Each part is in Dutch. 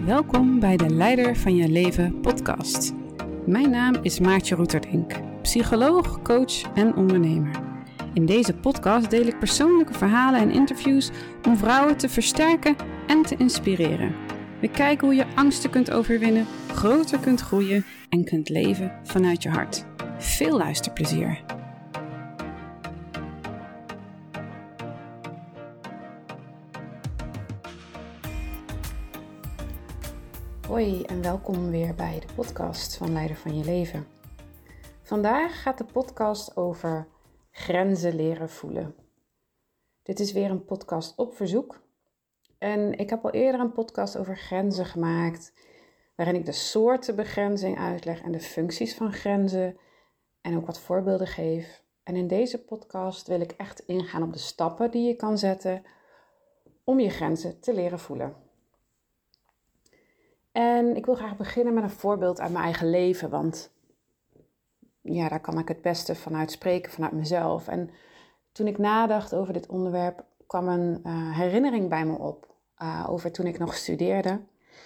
Welkom bij de Leider van je Leven podcast. Mijn naam is Maartje Roeterdink, psycholoog, coach en ondernemer. In deze podcast deel ik persoonlijke verhalen en interviews om vrouwen te versterken en te inspireren. We kijken hoe je angsten kunt overwinnen, groter kunt groeien en kunt leven vanuit je hart. Veel luisterplezier! Hoi en welkom weer bij de podcast van Leider van je Leven. Vandaag gaat de podcast over grenzen leren voelen. Dit is weer een podcast op verzoek. En ik heb al eerder een podcast over grenzen gemaakt, waarin ik de soorten begrenzing uitleg en de functies van grenzen en ook wat voorbeelden geef. En in deze podcast wil ik echt ingaan op de stappen die je kan zetten om je grenzen te leren voelen. En ik wil graag beginnen met een voorbeeld uit mijn eigen leven, want ja, daar kan ik het beste vanuit spreken, vanuit mezelf. En toen ik nadacht over dit onderwerp, kwam een herinnering bij me op, over toen ik nog studeerde.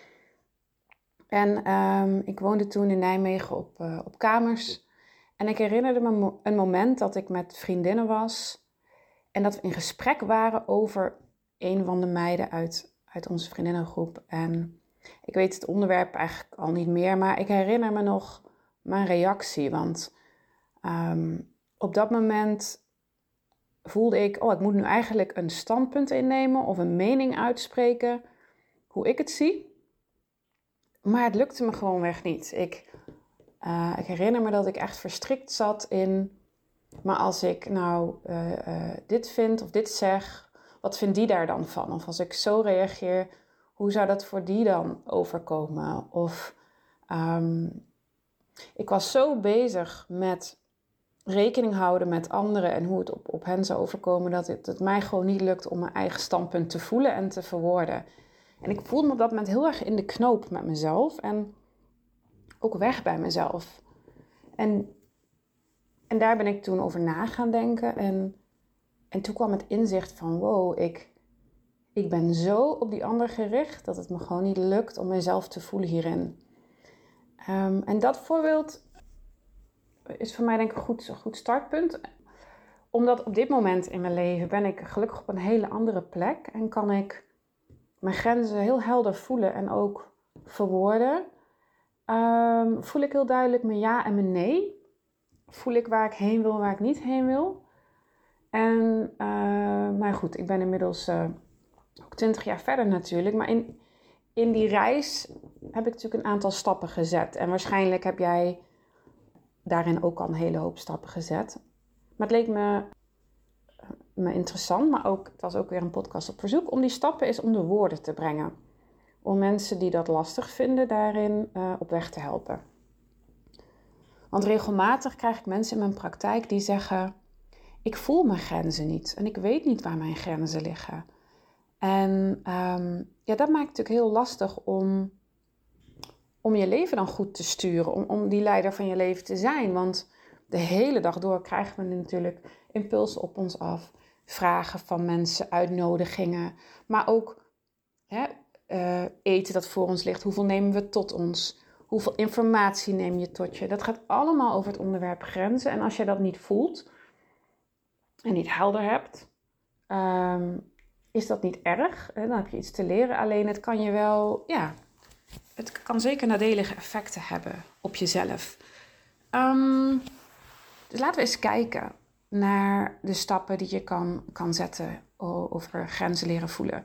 En ik woonde toen in Nijmegen op kamers. En ik herinnerde me een moment dat ik met vriendinnen was en dat we in gesprek waren over een van de meiden uit onze vriendinnengroep. En ik weet het onderwerp eigenlijk al niet meer, maar ik herinner me nog mijn reactie. Want op dat moment voelde ik, ik moet nu eigenlijk een standpunt innemen of een mening uitspreken, hoe ik het zie. Maar het lukte me gewoonweg niet. Ik herinner me dat ik echt verstrikt zat in, maar als ik nou dit vind of dit zeg, wat vindt die daar dan van? Of als ik zo reageer, hoe zou dat voor die dan overkomen? Of ik was zo bezig met rekening houden met anderen en hoe het op hen zou overkomen, dat het mij gewoon niet lukt om mijn eigen standpunt te voelen en te verwoorden. En ik voelde me op dat moment heel erg in de knoop met mezelf en ook weg bij mezelf. En daar ben ik toen over na gaan denken en toen kwam het inzicht van wow, ik ben zo op die ander gericht dat het me gewoon niet lukt om mezelf te voelen hierin. En dat voorbeeld is voor mij denk ik een goed startpunt. Omdat op dit moment in mijn leven ben ik gelukkig op een hele andere plek. En kan ik mijn grenzen heel helder voelen en ook verwoorden. Voel ik heel duidelijk mijn ja en mijn nee. Voel ik waar ik heen wil en waar ik niet heen wil. En maar goed, ik ben inmiddels ook 20 jaar verder natuurlijk. Maar in die reis heb ik natuurlijk een aantal stappen gezet. En waarschijnlijk heb jij daarin ook al een hele hoop stappen gezet. Maar het leek me interessant, maar ook, het was ook weer een podcast op verzoek, om die stappen eens onder woorden te brengen. Om mensen die dat lastig vinden daarin op weg te helpen. Want regelmatig krijg ik mensen in mijn praktijk die zeggen, ik voel mijn grenzen niet en ik weet niet waar mijn grenzen liggen. En dat maakt het natuurlijk heel lastig om je leven dan goed te sturen, om die leider van je leven te zijn. Want de hele dag door krijgen we natuurlijk impulsen op ons af, vragen van mensen, uitnodigingen. Maar ook eten dat voor ons ligt, hoeveel nemen we tot ons? Hoeveel informatie neem je tot je? Dat gaat allemaal over het onderwerp grenzen. En als je dat niet voelt en niet helder hebt, is dat niet erg. Dan heb je iets te leren. Alleen het kan je wel, het kan zeker nadelige effecten hebben op jezelf. Dus laten we eens kijken naar de stappen die je kan zetten over grenzen leren voelen.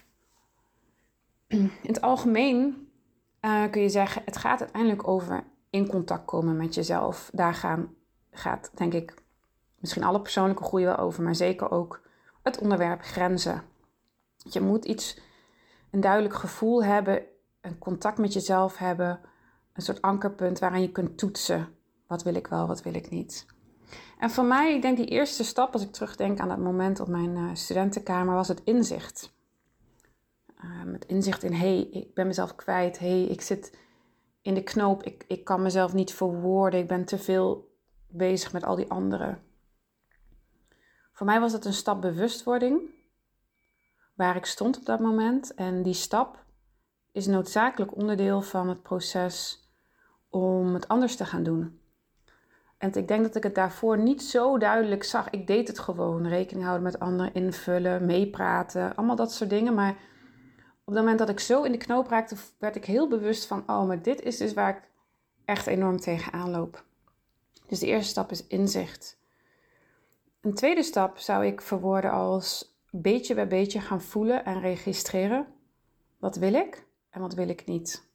In het algemeen kun je zeggen, het gaat uiteindelijk over in contact komen met jezelf. Daar gaat denk ik misschien alle persoonlijke groei wel over, maar zeker ook het onderwerp grenzen. Je moet een duidelijk gevoel hebben, een contact met jezelf hebben, een soort ankerpunt waaraan je kunt toetsen. Wat wil ik wel, wat wil ik niet? En voor mij, ik denk die eerste stap, als ik terugdenk aan dat moment op mijn studentenkamer, was het inzicht. Het inzicht in, ik ben mezelf kwijt. Ik zit in de knoop. Ik kan mezelf niet verwoorden. Ik ben te veel bezig met al die anderen. Voor mij was het een stap bewustwording. Waar ik stond op dat moment. En die stap is noodzakelijk onderdeel van het proces om het anders te gaan doen. En ik denk dat ik het daarvoor niet zo duidelijk zag. Ik deed het gewoon. Rekening houden met anderen, invullen, meepraten. Allemaal dat soort dingen. Maar op het moment dat ik zo in de knoop raakte, werd ik heel bewust van... oh, maar dit is dus waar ik echt enorm tegenaan loop. Dus de eerste stap is inzicht. Een tweede stap zou ik verwoorden als beetje bij beetje gaan voelen en registreren. Wat wil ik en wat wil ik niet?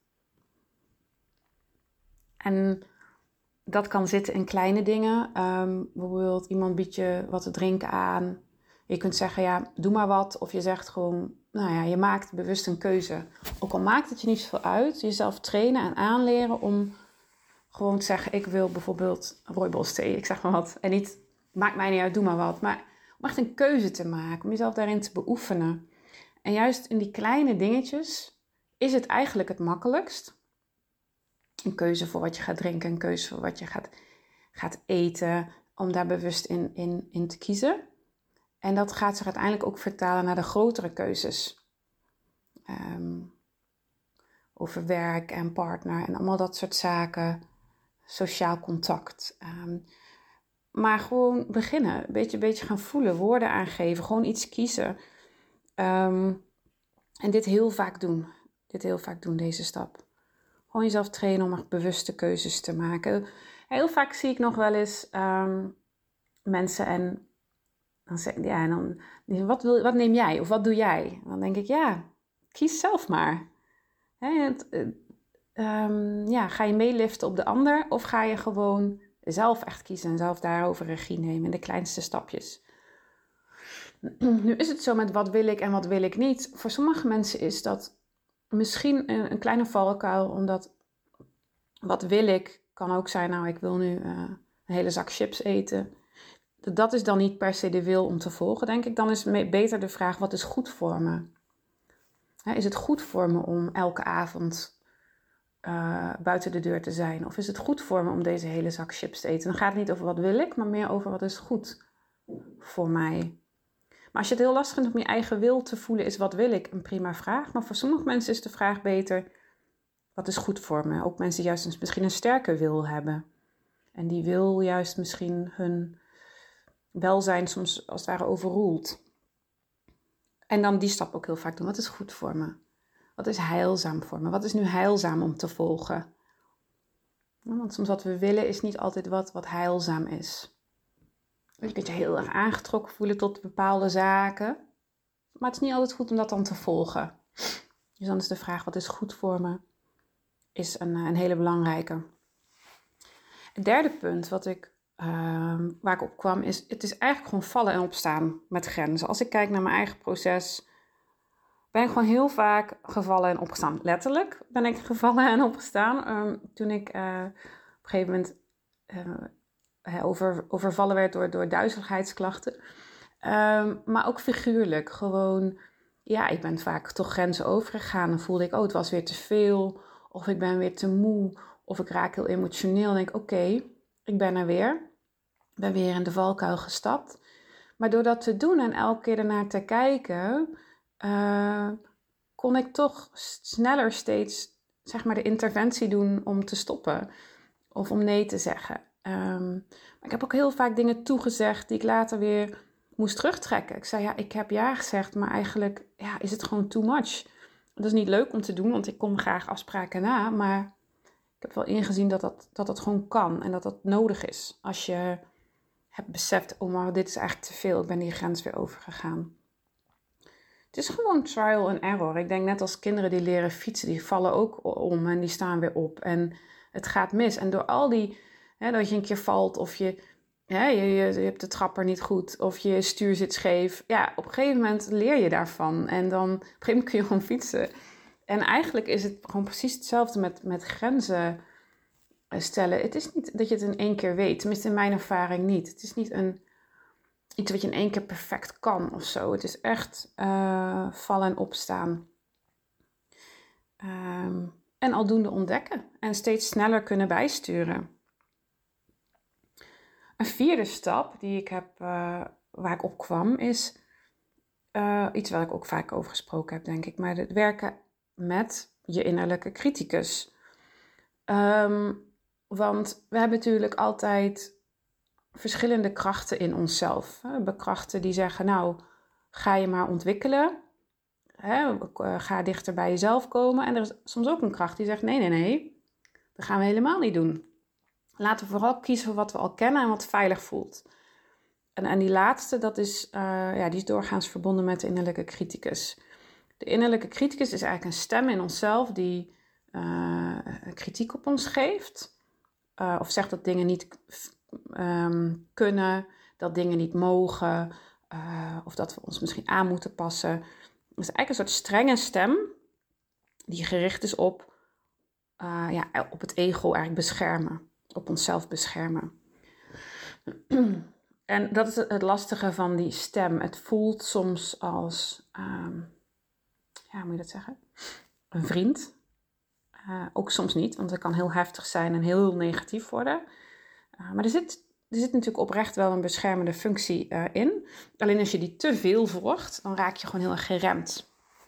En dat kan zitten in kleine dingen. Bijvoorbeeld iemand biedt je wat te drinken aan. Je kunt zeggen, ja, doe maar wat. Of je zegt gewoon, nou ja, je maakt bewust een keuze. Ook al maakt het je niet zoveel uit. Jezelf trainen en aanleren om gewoon te zeggen, ik wil bijvoorbeeld rooibos thee. Ik zeg maar wat. En niet, maakt mij niet uit, doe maar wat. Maar om echt een keuze te maken. Om jezelf daarin te beoefenen. En juist in die kleine dingetjes is het eigenlijk het makkelijkst. Een keuze voor wat je gaat drinken, een keuze voor wat je gaat eten, om daar bewust in te kiezen. En dat gaat zich uiteindelijk ook vertalen naar de grotere keuzes. Over werk en partner en allemaal dat soort zaken. Sociaal contact. Maar gewoon beginnen, een beetje gaan voelen, woorden aangeven, gewoon iets kiezen. En dit heel vaak doen, deze stap. Gewoon jezelf trainen om echt bewuste keuzes te maken. Heel vaak zie ik nog wel eens mensen en dan zeg ik, ja, en dan, wat neem jij of wat doe jij? En dan denk ik, ja, kies zelf maar. Ga je meeliften op de ander of ga je gewoon zelf echt kiezen en zelf daarover regie nemen in de kleinste stapjes? Nu is het zo met wat wil ik en wat wil ik niet. Voor sommige mensen is dat misschien een kleine valkuil, omdat wat wil ik kan ook zijn, nou ik wil nu een hele zak chips eten. Dat is dan niet per se de wil om te volgen, denk ik. Dan is beter de vraag, wat is goed voor me? Is het goed voor me om elke avond buiten de deur te zijn? Of is het goed voor me om deze hele zak chips te eten? Dan gaat het niet over wat wil ik, maar meer over wat is goed voor mij. Maar als je het heel lastig vindt om je eigen wil te voelen, is wat wil ik? Een prima vraag. Maar voor sommige mensen is de vraag beter, wat is goed voor me? Ook mensen die juist misschien een sterke wil hebben. En die wil juist misschien hun welzijn soms als het ware overroelt. En dan die stap ook heel vaak doen. Wat is goed voor me? Wat is heilzaam voor me? Wat is nu heilzaam om te volgen? Want soms wat we willen is niet altijd wat heilzaam is. Je kunt je heel erg aangetrokken voelen tot bepaalde zaken. Maar het is niet altijd goed om dat dan te volgen. Dus dan is de vraag, wat is goed voor me? Is een hele belangrijke. Het derde punt waar ik op kwam is, het is eigenlijk gewoon vallen en opstaan met grenzen. Als ik kijk naar mijn eigen proces, ben ik gewoon heel vaak gevallen en opgestaan. Letterlijk ben ik gevallen en opgestaan. Toen ik op een gegeven moment overvallen werd door duizeligheidsklachten. Maar ook figuurlijk. Gewoon, ja, ik ben vaak toch grenzen overgegaan. Dan voelde ik, het was weer te veel. Of ik ben weer te moe. Of ik raak heel emotioneel. Dan denk ik, oké, ik ben er weer. Ik ben weer in de valkuil gestapt. Maar door dat te doen en elke keer ernaar te kijken, kon ik toch sneller steeds, zeg maar, de interventie doen om te stoppen. Of om nee te zeggen. Maar ik heb ook heel vaak dingen toegezegd die ik later weer moest terugtrekken. Ik zei, ja, ik heb ja gezegd, maar eigenlijk is het gewoon too much. Dat is niet leuk om te doen, want ik kom graag afspraken na. Maar ik heb wel ingezien dat gewoon kan en dat dat nodig is. Als je hebt beseft, oh maar dit is eigenlijk te veel. Ik ben die grens weer overgegaan. Het is gewoon trial and error. Ik denk net als kinderen die leren fietsen, die vallen ook om en die staan weer op. En het gaat mis. En door al die, dat je een keer valt of je hebt de trapper niet goed of je stuur zit scheef. Ja, op een gegeven moment leer je daarvan. En dan op een gegeven moment kun je gewoon fietsen. En eigenlijk is het gewoon precies hetzelfde met grenzen stellen. Het is niet dat je het in één keer weet. Tenminste in mijn ervaring niet. Het is niet iets wat je in één keer perfect kan of zo. Het is echt vallen en opstaan. En aldoende ontdekken. En steeds sneller kunnen bijsturen. Een vierde stap die ik heb, waar ik op kwam, is iets waar ik ook vaak over gesproken heb, denk ik. Maar het werken met je innerlijke criticus. Want we hebben natuurlijk altijd verschillende krachten in onszelf. We hebben krachten die zeggen, nou, ga je maar ontwikkelen. Ga dichter bij jezelf komen. En er is soms ook een kracht die zegt, nee, dat gaan we helemaal niet doen. Laten we vooral kiezen voor wat we al kennen en wat veilig voelt. En die laatste, die is doorgaans verbonden met de innerlijke criticus. De innerlijke criticus is eigenlijk een stem in onszelf die kritiek op ons geeft. Of zegt dat dingen niet kunnen, dat dingen niet mogen. Of dat we ons misschien aan moeten passen. Het is eigenlijk een soort strenge stem die gericht is op het ego eigenlijk beschermen. Op onszelf beschermen. En dat is het lastige van die stem. Het voelt soms als, hoe moet je dat zeggen? Een vriend. Ook soms niet, want het kan heel heftig zijn en heel negatief worden. Maar er zit natuurlijk oprecht wel een beschermende functie in. Alleen als je die te veel volgt, dan raak je gewoon heel erg geremd.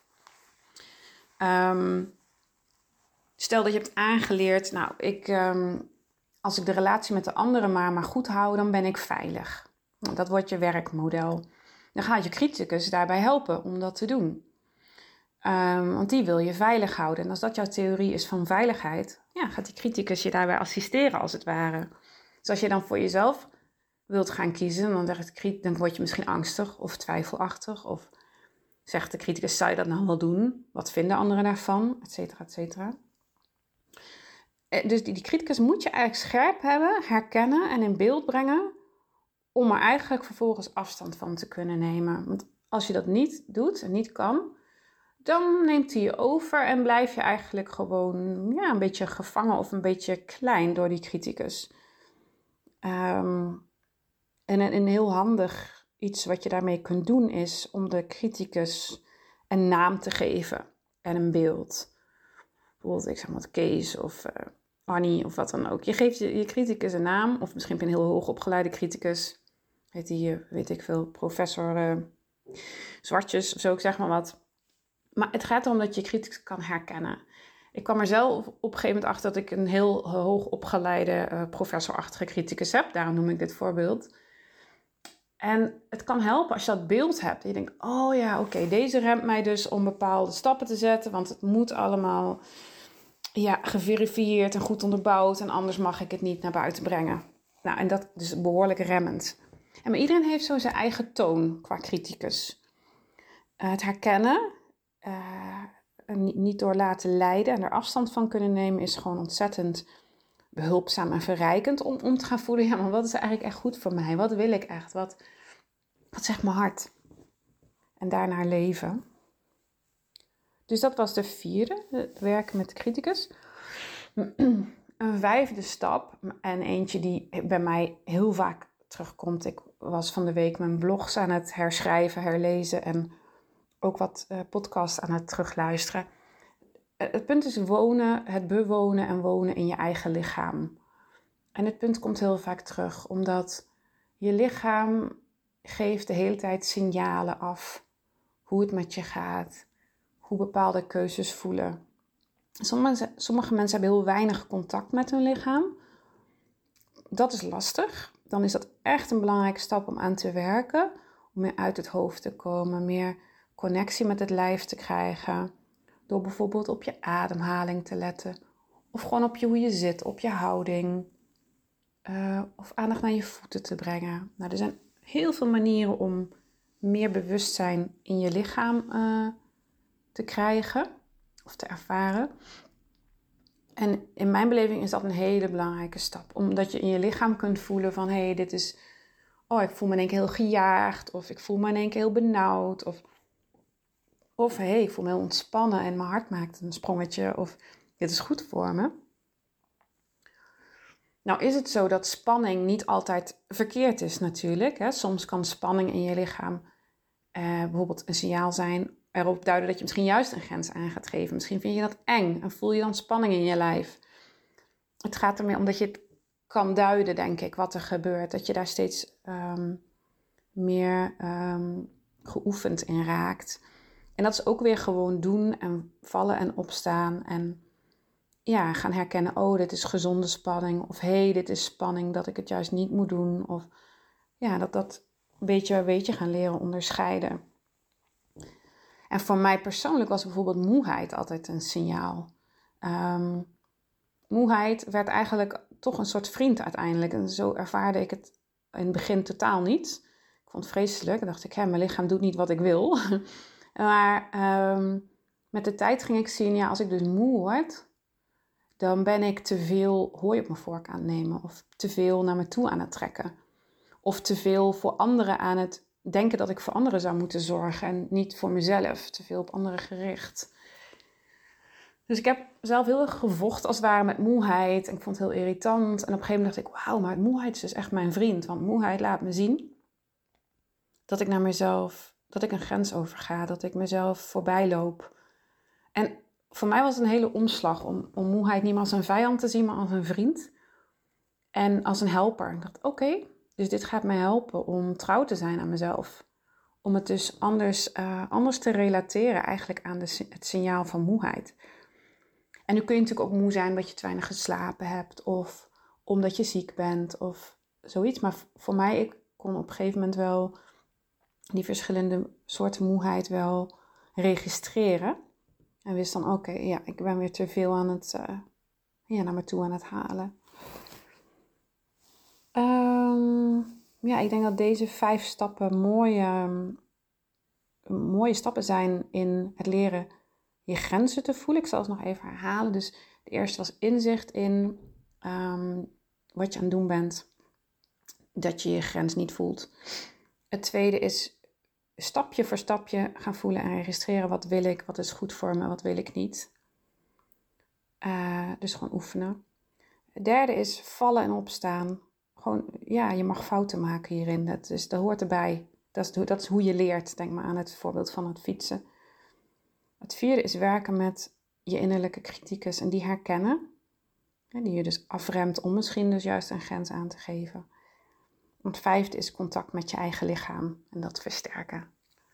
Stel dat je hebt aangeleerd, als ik de relatie met de anderen maar goed hou, dan ben ik veilig. Dat wordt je werkmodel. Dan gaat je criticus daarbij helpen om dat te doen. Want die wil je veilig houden. En als dat jouw theorie is van veiligheid, gaat die criticus je daarbij assisteren als het ware. Dus als je dan voor jezelf wilt gaan kiezen, dan word je misschien angstig of twijfelachtig. Of zegt de criticus, zou je dat nou wel doen? Wat vinden anderen daarvan? Etcetera, etcetera. Dus die criticus moet je eigenlijk scherp hebben, herkennen en in beeld brengen, om er eigenlijk vervolgens afstand van te kunnen nemen. Want als je dat niet doet en niet kan, dan neemt hij je over en blijf je eigenlijk gewoon een beetje gevangen of een beetje klein door die criticus. En een heel handig iets wat je daarmee kunt doen is om de criticus een naam te geven en een beeld. Bijvoorbeeld, ik zeg maar Kees of Annie of wat dan ook. Je geeft je criticus een naam, of misschien heb je een heel hoogopgeleide criticus. Heet die, weet ik veel, professor Zwartjes of zo, ik zeg maar wat. Maar het gaat erom dat je criticus kan herkennen. Ik kwam er zelf op een gegeven moment achter dat ik een heel hoogopgeleide professorachtige criticus heb. Daarom noem ik dit voorbeeld. En het kan helpen als je dat beeld hebt. En je denkt, deze remt mij dus om bepaalde stappen te zetten. Want het moet allemaal geverifieerd en goed onderbouwd. En anders mag ik het niet naar buiten brengen. Nou, en dat is behoorlijk remmend. Maar iedereen heeft zo zijn eigen toon qua criticus. Het herkennen, niet door laten leiden en er afstand van kunnen nemen, is gewoon ontzettend behulpzaam en verrijkend om te gaan voelen. Ja, maar wat is eigenlijk echt goed voor mij? Wat wil ik echt? Wat zegt mijn hart? En daarnaar leven. Dus dat was de 4e, het werken met de criticus. Een 5e stap, en eentje die bij mij heel vaak terugkomt. Ik was van de week mijn blogs aan het herschrijven, herlezen en ook wat podcasts aan het terugluisteren. Het punt is het bewonen en wonen in je eigen lichaam. En het punt komt heel vaak terug, omdat je lichaam geeft de hele tijd signalen af hoe het met je gaat, hoe bepaalde keuzes voelen. Sommige mensen hebben heel weinig contact met hun lichaam. Dat is lastig. Dan is dat echt een belangrijke stap om aan te werken, om meer uit het hoofd te komen, meer connectie met het lijf te krijgen, door bijvoorbeeld op je ademhaling te letten, of gewoon op hoe je zit, op je houding, of aandacht naar je voeten te brengen. Nou, er zijn heel veel manieren om meer bewustzijn in je lichaam te krijgen of te ervaren. En in mijn beleving is dat een hele belangrijke stap, omdat je in je lichaam kunt voelen van, ik voel me in één keer heel gejaagd, of ik voel me in één keer heel benauwd, of ik voel me heel ontspannen en mijn hart maakt een sprongetje, of dit is goed voor me. Nou is het zo dat spanning niet altijd verkeerd is natuurlijk. Hè? Soms kan spanning in je lichaam bijvoorbeeld een signaal zijn, erop duiden dat je misschien juist een grens aan gaat geven. Misschien vind je dat eng en voel je dan spanning in je lijf. Het gaat er meer om dat je het kan duiden, denk ik, wat er gebeurt. Dat je daar steeds meer geoefend in raakt. En dat is ook weer gewoon doen en vallen en opstaan. En ja, gaan herkennen, oh, dit is gezonde spanning. Of hey, dit is spanning dat ik het juist niet moet doen. Of ja, dat beetje bij beetje gaan leren onderscheiden. En voor mij persoonlijk was bijvoorbeeld moeheid altijd een signaal. Moeheid werd eigenlijk toch een soort vriend uiteindelijk. En zo ervaarde ik het in het begin totaal niet. Ik vond het vreselijk. Dan dacht ik, mijn lichaam doet niet wat ik wil. Maar met de tijd ging ik zien, ja, als ik dus moe word, dan ben ik te veel hooi op mijn vork aan het nemen. Of te veel naar me toe aan het trekken. Of te veel voor anderen aan het denken dat ik voor anderen zou moeten zorgen. En niet voor mezelf. Te veel op anderen gericht. Dus ik heb zelf heel erg gevochten als het ware met moeheid. En ik vond het heel irritant. En op een gegeven moment dacht ik, wauw, maar moeheid is dus echt mijn vriend. Want moeheid laat me zien dat ik naar mezelf, dat ik een grens overga. Dat ik mezelf voorbij loop. En voor mij was het een hele omslag om moeheid niet meer als een vijand te zien, maar als een vriend. En als een helper. Ik dacht, oké, dus dit gaat mij helpen om trouw te zijn aan mezelf. Om het dus anders te relateren eigenlijk aan het signaal van moeheid. En nu kun je natuurlijk ook moe zijn omdat je te weinig geslapen hebt. Of omdat je ziek bent of zoiets. Maar voor mij, ik kon op een gegeven moment wel die verschillende soorten moeheid wel registreren. En wist dan, oké, ik ben weer te veel aan het, naar me toe aan het halen. Ik denk dat deze 5 stappen mooie stappen zijn in het leren je grenzen te voelen. Ik zal het nog even herhalen. Dus de eerste was inzicht in wat je aan het doen bent. Dat je je grens niet voelt. Het tweede is stapje voor stapje gaan voelen en registreren. Wat wil ik? Wat is goed voor me? Wat wil ik niet? Dus gewoon oefenen. Het derde is vallen en opstaan. Gewoon, je mag fouten maken hierin. Dat hoort erbij. Dat is hoe je leert. Denk maar aan het voorbeeld van het fietsen. Het vierde is werken met je innerlijke kritiekers en die herkennen. Die je dus afremt om misschien dus juist een grens aan te geven. Het vijfde is contact met je eigen lichaam en dat versterken.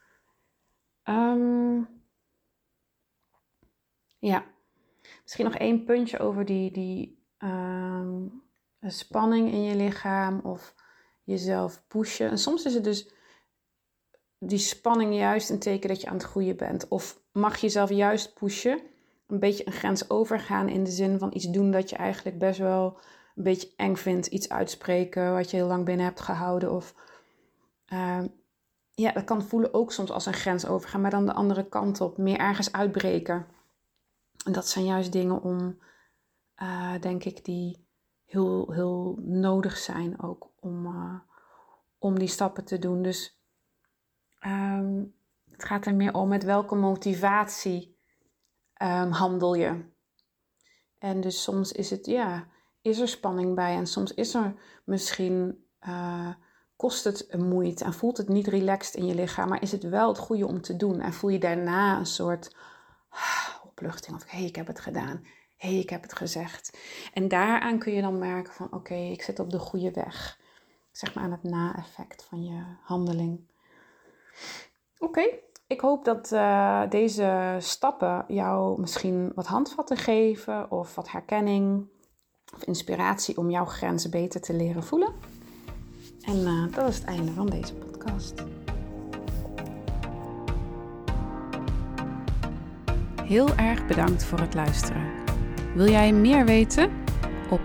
Misschien nog 1 puntje over die spanning in je lichaam of jezelf pushen. En soms is het dus die spanning juist een teken dat je aan het groeien bent. Of mag je jezelf juist pushen, een beetje een grens overgaan in de zin van iets doen dat je eigenlijk best wel een beetje eng vindt. Iets uitspreken wat je heel lang binnen hebt gehouden. Of dat kan voelen ook soms als een grens overgaan, maar dan de andere kant op. Meer ergens uitbreken. En dat zijn juist dingen om, denk ik, die heel, heel nodig zijn ook om die stappen te doen. Dus het gaat er meer om met welke motivatie handel je. En dus soms is het, is er spanning bij. En soms is er misschien, kost het moeite en voelt het niet relaxed in je lichaam. Maar is het wel het goede om te doen. En voel je daarna een soort opluchting. Of ik heb het gedaan. Ik heb het gezegd. En daaraan kun je dan merken van oké, ik zit op de goede weg. Zeg maar aan het na-effect van je handeling. Oké, ik hoop dat deze stappen jou misschien wat handvatten geven of wat herkenning of inspiratie om jouw grenzen beter te leren voelen. En dat is het einde van deze podcast. Heel erg bedankt voor het luisteren. Wil jij meer weten? Op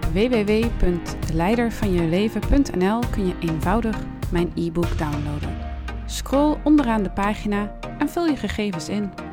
www.leidervanjeleven.nl kun je eenvoudig mijn e-book downloaden. Scroll onderaan de pagina en vul je gegevens in.